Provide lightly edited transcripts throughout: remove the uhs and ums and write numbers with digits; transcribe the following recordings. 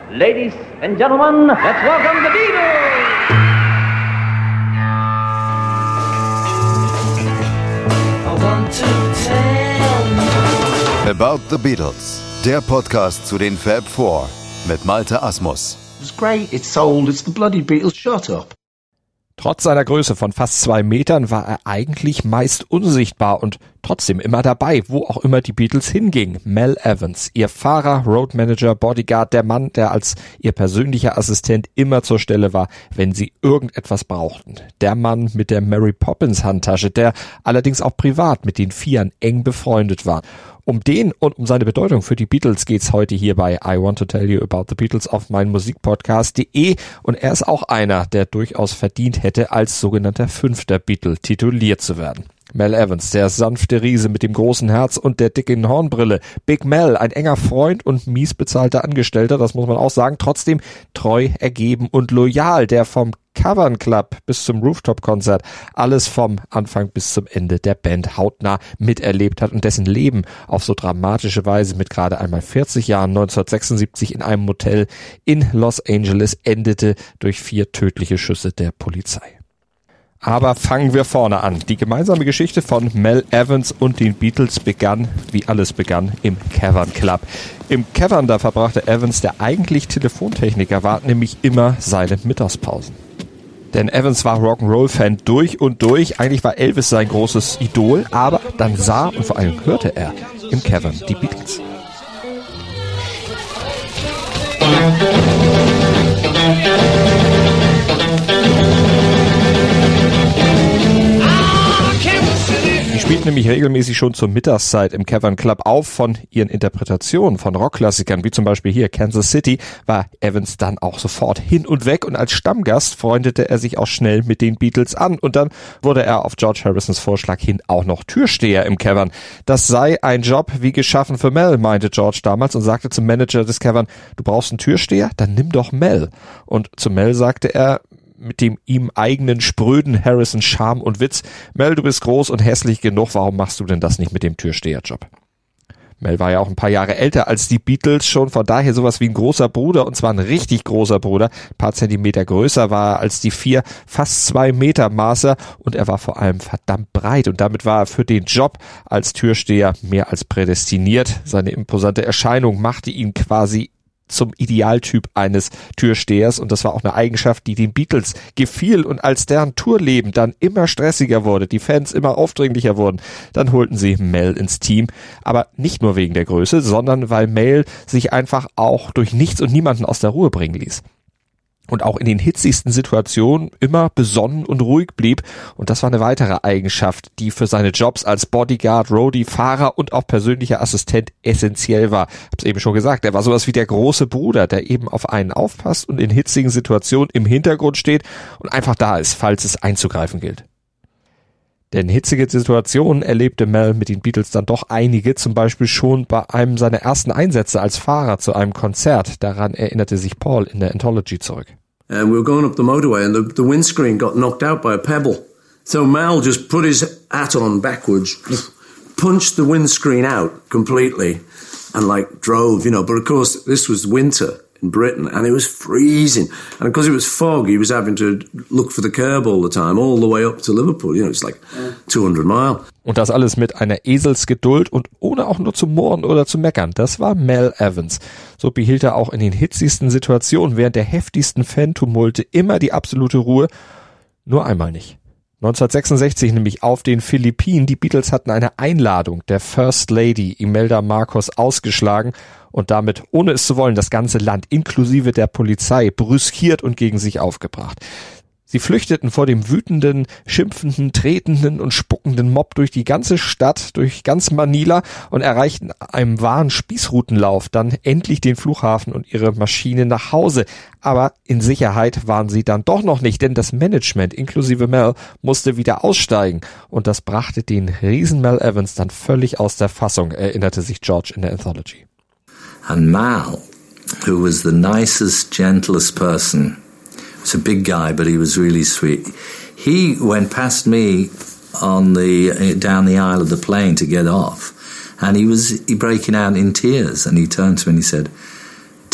Ladies and gentlemen, let's welcome the Beatles! I want to tell About the Beatles, der Podcast zu den Fab Four mit Malte Asmus. It's great, it's sold, it's the bloody Beatles, shut up. Trotz seiner Größe von fast 2 Metern war er eigentlich meist unsichtbar und trotzdem immer dabei, wo auch immer die Beatles hingingen. Mel Evans, ihr Fahrer, Roadmanager, Bodyguard, der Mann, der als ihr persönlicher Assistent immer zur Stelle war, wenn sie irgendetwas brauchten. Der Mann mit der Mary Poppins Handtasche, der allerdings auch privat mit den Vieren eng befreundet war. Um den und um seine Bedeutung für die Beatles geht's heute hier bei I Want to Tell You About the Beatles auf meinmusikpodcast.de und er ist auch einer, der durchaus verdient hätte, als sogenannter 5. Beatle tituliert zu werden. Mel Evans, der sanfte Riese mit dem großen Herz und der dicken Hornbrille. Big Mel, ein enger Freund und mies bezahlter Angestellter, das muss man auch sagen, trotzdem treu, ergeben und loyal, der vom Cavern Club bis zum Rooftop-Konzert alles vom Anfang bis zum Ende der Band hautnah miterlebt hat und dessen Leben auf so dramatische Weise mit gerade einmal 40 Jahren 1976 in einem Motel in Los Angeles endete durch 4 tödliche Schüsse der Polizei. Aber fangen wir vorne an. Die gemeinsame Geschichte von Mel Evans und den Beatles begann, wie alles begann, im Cavern Club. Im Cavern, da verbrachte Evans, der eigentlich Telefontechniker war, nämlich immer seine Mittagspausen. Denn Evans war Rock'n'Roll-Fan durch und durch. Eigentlich war Elvis sein großes Idol, aber dann sah und vor allem hörte er im Cavern die Beatles. Die spielt nämlich regelmäßig schon zur Mittagszeit im Cavern Club auf. Von ihren Interpretationen von Rockklassikern, wie zum Beispiel hier Kansas City, war Evans dann auch sofort hin und weg und als Stammgast freundete er sich auch schnell mit den Beatles an und dann wurde er auf George Harrisons Vorschlag hin auch noch Türsteher im Cavern. Das sei ein Job wie geschaffen für Mel, meinte George damals und sagte zum Manager des Cavern, du brauchst einen Türsteher? Dann nimm doch Mel. Und zu Mel sagte er, mit dem ihm eigenen spröden Harrison Charme und Witz, Mel, du bist groß und hässlich genug, warum machst du denn das nicht mit dem Türsteherjob? Mel war ja auch ein paar Jahre älter als die Beatles schon, von daher sowas wie ein großer Bruder, und zwar ein richtig großer Bruder, ein paar Zentimeter größer war er als die 4, fast 2 Meter maß er und er war vor allem verdammt breit und damit war er für den Job als Türsteher mehr als prädestiniert. Seine imposante Erscheinung machte ihn quasi zum Idealtyp eines Türstehers und das war auch eine Eigenschaft, die den Beatles gefiel und als deren Tourleben dann immer stressiger wurde, die Fans immer aufdringlicher wurden, dann holten sie Mel ins Team, aber nicht nur wegen der Größe, sondern weil Mel sich einfach auch durch nichts und niemanden aus der Ruhe bringen ließ. Und auch in den hitzigsten Situationen immer besonnen und ruhig blieb. Und das war eine weitere Eigenschaft, die für seine Jobs als Bodyguard, Roadie, Fahrer und auch persönlicher Assistent essentiell war. Hab's eben schon gesagt, er war sowas wie der große Bruder, der eben auf einen aufpasst und in hitzigen Situationen im Hintergrund steht und einfach da ist, falls es einzugreifen gilt. Denn hitzige Situationen erlebte Mel mit den Beatles dann doch einige, zum Beispiel schon bei einem seiner ersten Einsätze als Fahrer zu einem Konzert. Daran erinnerte sich Paul in der Anthology zurück. We were going up the motorway and the windscreen got knocked out by a pebble. So Mel just put his hat on backwards, punched the windscreen out completely and drove, but of course this was winter in Britain and it was freezing. And because it was fog, he was having to look for the curb all the time, all the way up to Liverpool. It's 200 miles. Und das alles mit einer Eselsgeduld und ohne auch nur zu murren oder zu meckern. Das war Mel Evans. So behielt er auch in den hitzigsten Situationen während der heftigsten Fan-Tumulte immer die absolute Ruhe. Nur einmal nicht. 1966 nämlich auf den Philippinen. Die Beatles hatten eine Einladung der First Lady Imelda Marcos ausgeschlagen und damit, ohne es zu wollen, das ganze Land inklusive der Polizei brüskiert und gegen sich aufgebracht. Sie flüchteten vor dem wütenden, schimpfenden, tretenden und spuckenden Mob durch die ganze Stadt, durch ganz Manila und erreichten einem wahren Spießrutenlauf dann endlich den Flughafen und ihre Maschine nach Hause. Aber in Sicherheit waren sie dann doch noch nicht, denn das Management inklusive Mel musste wieder aussteigen und das brachte den Riesen Mel Evans dann völlig aus der Fassung, erinnerte sich George in der Anthology. And Mal, who was the nicest, gentlest person, was a big guy, but he was really sweet. He went past me on down the aisle of the plane to get off, and he breaking out in tears. And he turned to me and he said,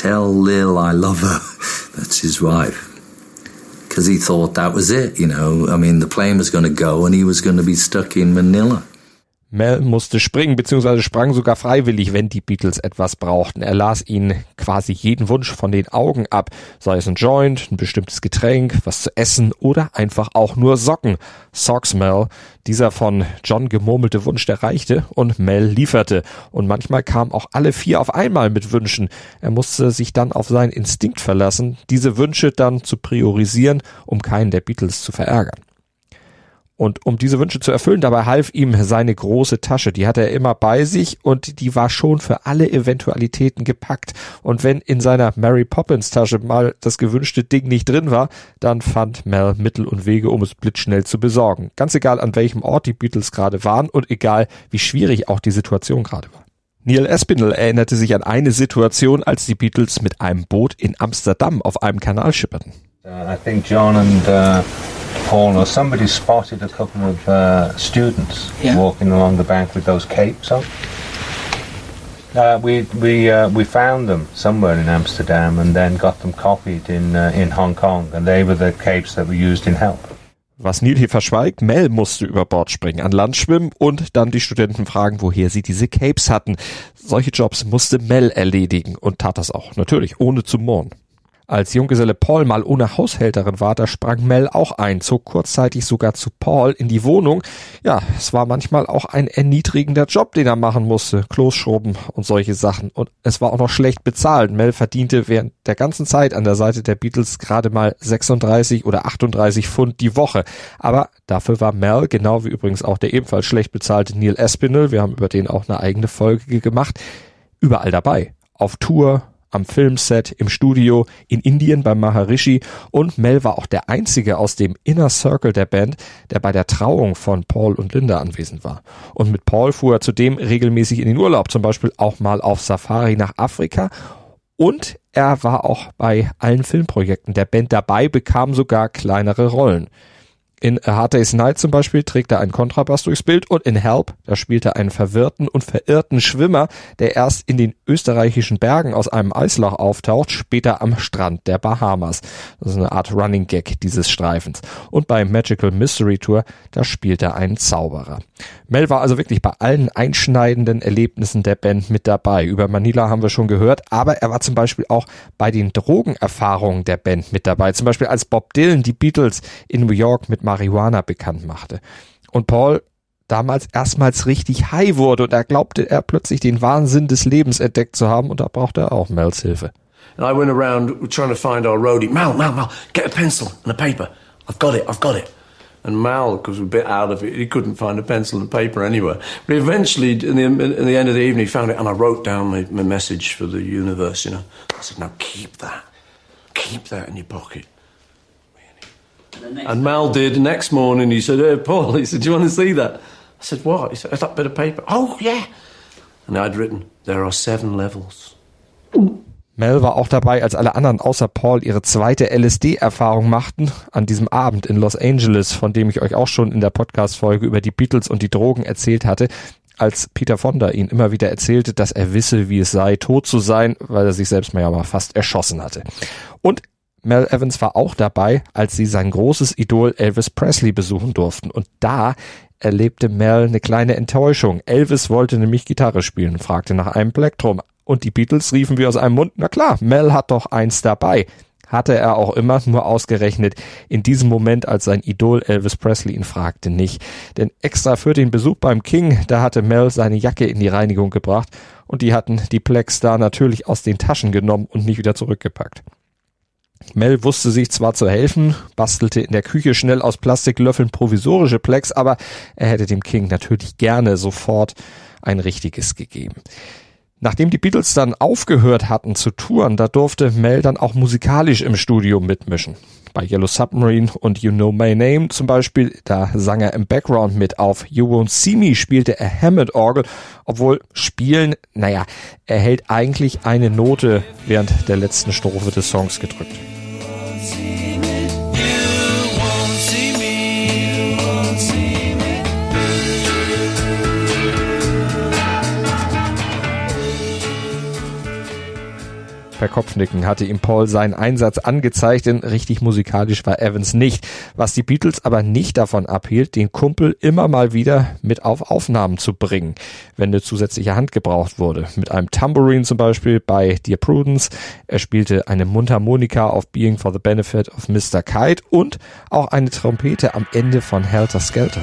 tell Lil I love her. That's his wife. Because he thought that was it, you know. I mean, the plane was going to go and he was going to be stuck in Manila. Mel musste springen, beziehungsweise sprang sogar freiwillig, wenn die Beatles etwas brauchten. Er las ihnen quasi jeden Wunsch von den Augen ab, sei es ein Joint, ein bestimmtes Getränk, was zu essen oder einfach auch nur Socken. Socks Mel, dieser von John gemurmelte Wunsch, der reichte und Mel lieferte. Und manchmal kamen auch alle 4 auf einmal mit Wünschen. Er musste sich dann auf seinen Instinkt verlassen, diese Wünsche dann zu priorisieren, um keinen der Beatles zu verärgern. Und um diese Wünsche zu erfüllen, dabei half ihm seine große Tasche. Die hatte er immer bei sich und die war schon für alle Eventualitäten gepackt. Und wenn in seiner Mary Poppins Tasche mal das gewünschte Ding nicht drin war, dann fand Mel Mittel und Wege, um es blitzschnell zu besorgen. Ganz egal, an welchem Ort die Beatles gerade waren und egal, wie schwierig auch die Situation gerade war. Neil Aspinall erinnerte sich an eine Situation, als die Beatles mit einem Boot in Amsterdam auf einem Kanal schipperten. I think John and Paul or somebody spotted a couple of students walking along the bank with those capes on. We found them somewhere in Amsterdam and then got them copied in Hong Kong, and they were the capes that were used in Help. Was Neil hier verschweigt, Mel musste über Bord springen, an Land schwimmen und dann die Studenten fragen, woher sie diese Capes hatten. Solche Jobs musste Mel erledigen und tat das auch, natürlich ohne zu murren. Als Junggeselle Paul mal ohne Haushälterin war, da sprang Mel auch ein, zog kurzzeitig sogar zu Paul in die Wohnung. Ja, es war manchmal auch ein erniedrigender Job, den er machen musste, Klos schrubben und solche Sachen. Und es war auch noch schlecht bezahlt. Mel verdiente während der ganzen Zeit an der Seite der Beatles gerade mal 36 oder 38 Pfund die Woche. Aber dafür war Mel, genau wie übrigens auch der ebenfalls schlecht bezahlte Neil Aspinall, wir haben über den auch eine eigene Folge gemacht, überall dabei. Auf Tour, am Filmset, im Studio, in Indien beim Maharishi, und Mel war auch der einzige aus dem Inner Circle der Band, der bei der Trauung von Paul und Linda anwesend war. Und mit Paul fuhr er zudem regelmäßig in den Urlaub, zum Beispiel auch mal auf Safari nach Afrika, und er war auch bei allen Filmprojekten der Band dabei, bekam sogar kleinere Rollen. In A Hard Day's Night zum Beispiel trägt er einen Kontrabass durchs Bild und in Help, da spielt er einen verwirrten und verirrten Schwimmer, der erst in den österreichischen Bergen aus einem Eisloch auftaucht, später am Strand der Bahamas. Das ist eine Art Running Gag dieses Streifens. Und bei Magical Mystery Tour, da spielt er einen Zauberer. Mel war also wirklich bei allen einschneidenden Erlebnissen der Band mit dabei. Über Manila haben wir schon gehört, aber er war zum Beispiel auch bei den Drogenerfahrungen der Band mit dabei. Zum Beispiel als Bob Dylan die Beatles in New York mit Marihuana bekannt machte. Und Paul damals erstmals richtig high wurde und glaubte er plötzlich den Wahnsinn des Lebens entdeckt zu haben, und da brauchte er auch Mels Hilfe. And I went around trying to find our roadie. Mal, get a pencil and a paper. I've got it. And Mal, because we're a bit out of it, he couldn't find a pencil and paper anywhere. But eventually, in the end of the evening, he found it, and I wrote down my message for the universe, you know. I said, now keep that in your pocket. And Mal did. The next morning, he said, hey, Paul, he said, do you want to see that? I said, what? He said, that bit of paper. Oh, yeah. And I'd written, there are 7 levels. Mel war auch dabei, als alle anderen außer Paul ihre zweite LSD-Erfahrung machten, an diesem Abend in Los Angeles, von dem ich euch auch schon in der Podcast-Folge über die Beatles und die Drogen erzählt hatte, als Peter Fonda ihn immer wieder erzählte, dass er wisse, wie es sei, tot zu sein, weil er sich selbst mal fast erschossen hatte. Und Mel Evans war auch dabei, als sie sein großes Idol Elvis Presley besuchen durften. Und da erlebte Mel eine kleine Enttäuschung. Elvis wollte nämlich Gitarre spielen und fragte nach einem Plektrum. Und die Beatles riefen wie aus einem Mund, na klar, Mel hat doch eins dabei. Hatte er auch immer, nur ausgerechnet in diesem Moment, als sein Idol Elvis Presley ihn fragte, nicht. Denn extra für den Besuch beim King, da hatte Mel seine Jacke in die Reinigung gebracht und die hatten die Plex da natürlich aus den Taschen genommen und nicht wieder zurückgepackt. Mel wusste sich zwar zu helfen, bastelte in der Küche schnell aus Plastiklöffeln provisorische Plex, aber er hätte dem King natürlich gerne sofort ein richtiges gegeben. Nachdem die Beatles dann aufgehört hatten zu touren, da durfte Mel dann auch musikalisch im Studio mitmischen. Bei Yellow Submarine und You Know My Name zum Beispiel, da sang er im Background mit. Auf You Won't See Me spielte er Hammond-Orgel, obwohl spielen, er hält eigentlich eine Note während der letzten Strophe des Songs gedrückt. Bei Per Kopfnicken hatte ihm Paul seinen Einsatz angezeigt, denn richtig musikalisch war Evans nicht. Was die Beatles aber nicht davon abhielt, den Kumpel immer mal wieder mit auf Aufnahmen zu bringen, wenn eine zusätzliche Hand gebraucht wurde. Mit einem Tambourine zum Beispiel bei Dear Prudence. Er spielte eine Mundharmonika auf Being for the Benefit of Mr. Kite und auch eine Trompete am Ende von Helter Skelter.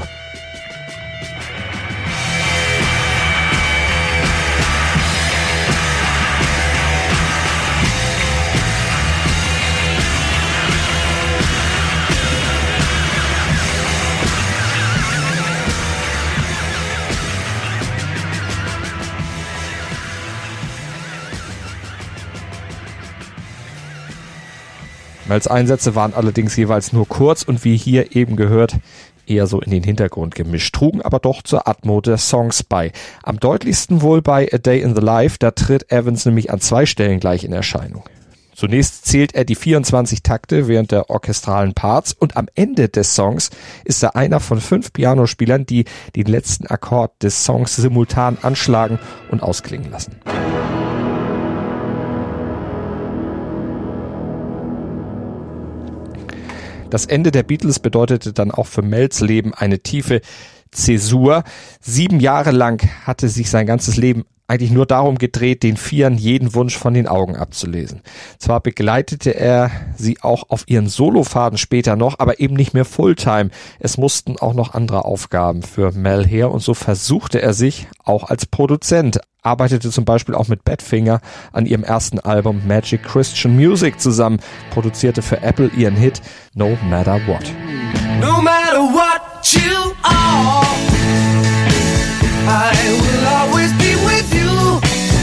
Mels Einsätze waren allerdings jeweils nur kurz und wie hier eben gehört, eher so in den Hintergrund gemischt, trugen aber doch zur Atmo der Songs bei. Am deutlichsten wohl bei A Day in the Life, da tritt Evans nämlich an 2 Stellen gleich in Erscheinung. Zunächst zählt er die 24 Takte während der orchestralen Parts und am Ende des Songs ist er einer von 5 Pianospielern, die den letzten Akkord des Songs simultan anschlagen und ausklingen lassen. Das Ende der Beatles bedeutete dann auch für Mels Leben eine tiefe Zäsur. 7 Jahre lang hatte sich sein ganzes Leben eigentlich nur darum gedreht, den Vieren jeden Wunsch von den Augen abzulesen. Zwar begleitete er sie auch auf ihren Solofahrten später noch, aber eben nicht mehr Fulltime. Es mussten auch noch andere Aufgaben für Mel her und so versuchte er sich auch als Produzent. Arbeitete zum Beispiel auch mit Badfinger an ihrem ersten Album Magic Christian Music zusammen, produzierte für Apple ihren Hit No Matter What. No matter what you are, I will always be with you.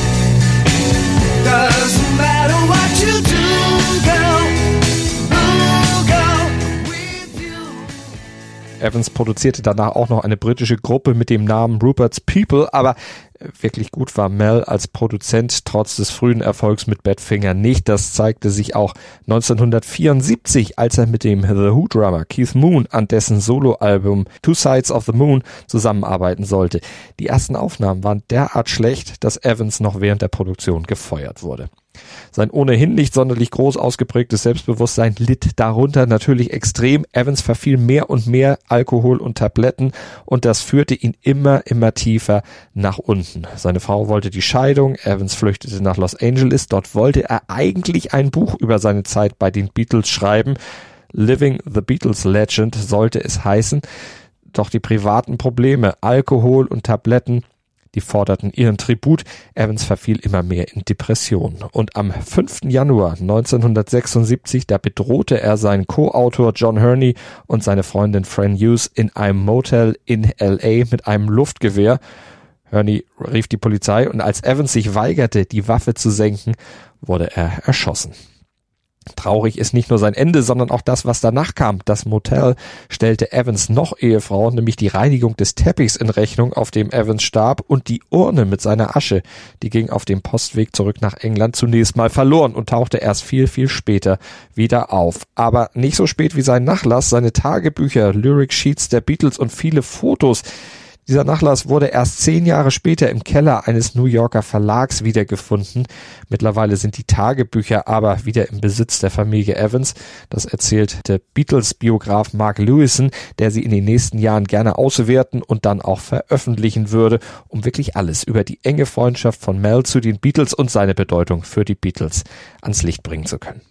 Doesn't matter what you do, girl, with you. Evans produzierte danach auch noch eine britische Gruppe mit dem Namen Rupert's People, aber wirklich gut war Mel als Produzent trotz des frühen Erfolgs mit Badfinger nicht. Das zeigte sich auch 1974, als er mit dem The Who-Drummer Keith Moon an dessen Soloalbum Two Sides of the Moon zusammenarbeiten sollte. Die ersten Aufnahmen waren derart schlecht, dass Evans noch während der Produktion gefeuert wurde. Sein ohnehin nicht sonderlich groß ausgeprägtes Selbstbewusstsein litt darunter natürlich extrem. Evans verfiel mehr und mehr Alkohol und Tabletten und das führte ihn immer tiefer nach unten. Seine Frau wollte die Scheidung, Evans flüchtete nach Los Angeles. Dort wollte er eigentlich ein Buch über seine Zeit bei den Beatles schreiben. Living the Beatles Legend sollte es heißen. Doch die privaten Probleme, Alkohol und Tabletten, die forderten ihren Tribut. Evans verfiel immer mehr in Depressionen. Und am 5. Januar 1976, da bedrohte er seinen Co-Autor John Hurney und seine Freundin Fran Hughes in einem Motel in L.A. mit einem Luftgewehr. Hurney rief die Polizei und als Evans sich weigerte, die Waffe zu senken, wurde er erschossen. Traurig ist nicht nur sein Ende, sondern auch das, was danach kam. Das Motel stellte Evans noch Ehefrau, nämlich die Reinigung des Teppichs in Rechnung, auf dem Evans starb, und die Urne mit seiner Asche, die ging auf dem Postweg zurück nach England zunächst mal verloren und tauchte erst viel später wieder auf. Aber nicht so spät wie sein Nachlass, seine Tagebücher, Lyric Sheets der Beatles und viele Fotos. Dieser Nachlass wurde erst 10 Jahre später im Keller eines New Yorker Verlags wiedergefunden. Mittlerweile sind die Tagebücher aber wieder im Besitz der Familie Evans. Das erzählt der Beatles-Biograf Mark Lewison, der sie in den nächsten Jahren gerne auswerten und dann auch veröffentlichen würde, um wirklich alles über die enge Freundschaft von Mel zu den Beatles und seine Bedeutung für die Beatles ans Licht bringen zu können.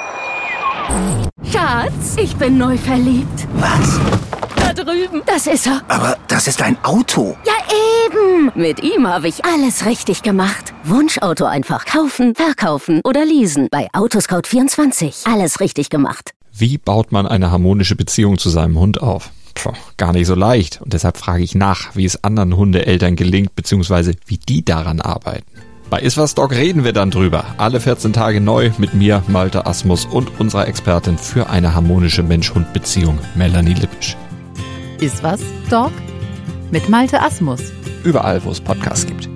Schatz, ich bin neu verliebt. Was? Da drüben. Das ist er. Aber das ist ein Auto. Ja, eben. Mit ihm habe ich alles richtig gemacht. Wunschauto einfach kaufen, verkaufen oder leasen. Bei Autoscout24. Alles richtig gemacht. Wie baut man eine harmonische Beziehung zu seinem Hund auf? Gar nicht so leicht. Und deshalb frage ich nach, wie es anderen Hundeeltern gelingt, beziehungsweise wie die daran arbeiten. Bei Iswas Dog reden wir dann drüber. Alle 14 Tage neu mit mir, Malte Asmus, und unserer Expertin für eine harmonische Mensch-Hund-Beziehung, Melanie Lippisch. Iswas Dog mit Malte Asmus. Überall, wo es Podcasts gibt.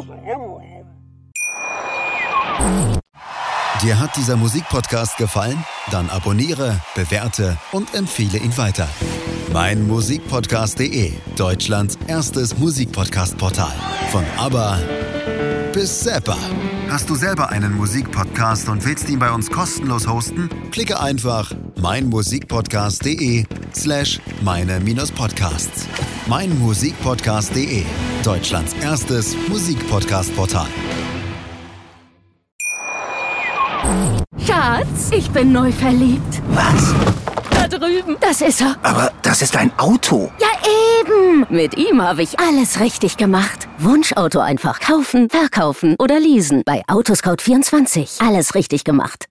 Dir hat dieser Musikpodcast gefallen? Dann abonniere, bewerte und empfehle ihn weiter. meinmusikpodcast.de, Deutschlands erstes Musikpodcast-Portal. Von ABBA bis Zappa. Hast du selber einen Musikpodcast und willst ihn bei uns kostenlos hosten? Klicke einfach meinmusikpodcast.de/meine-podcasts. Meinmusikpodcast.de, Deutschlands erstes Musikpodcast-Portal. Schatz, ich bin neu verliebt. Was? Da drüben. Das ist er. Aber das ist ein Auto. Ja, eben. Mit ihm habe ich alles richtig gemacht. Wunschauto einfach kaufen, verkaufen oder leasen. Bei Autoscout24. Alles richtig gemacht.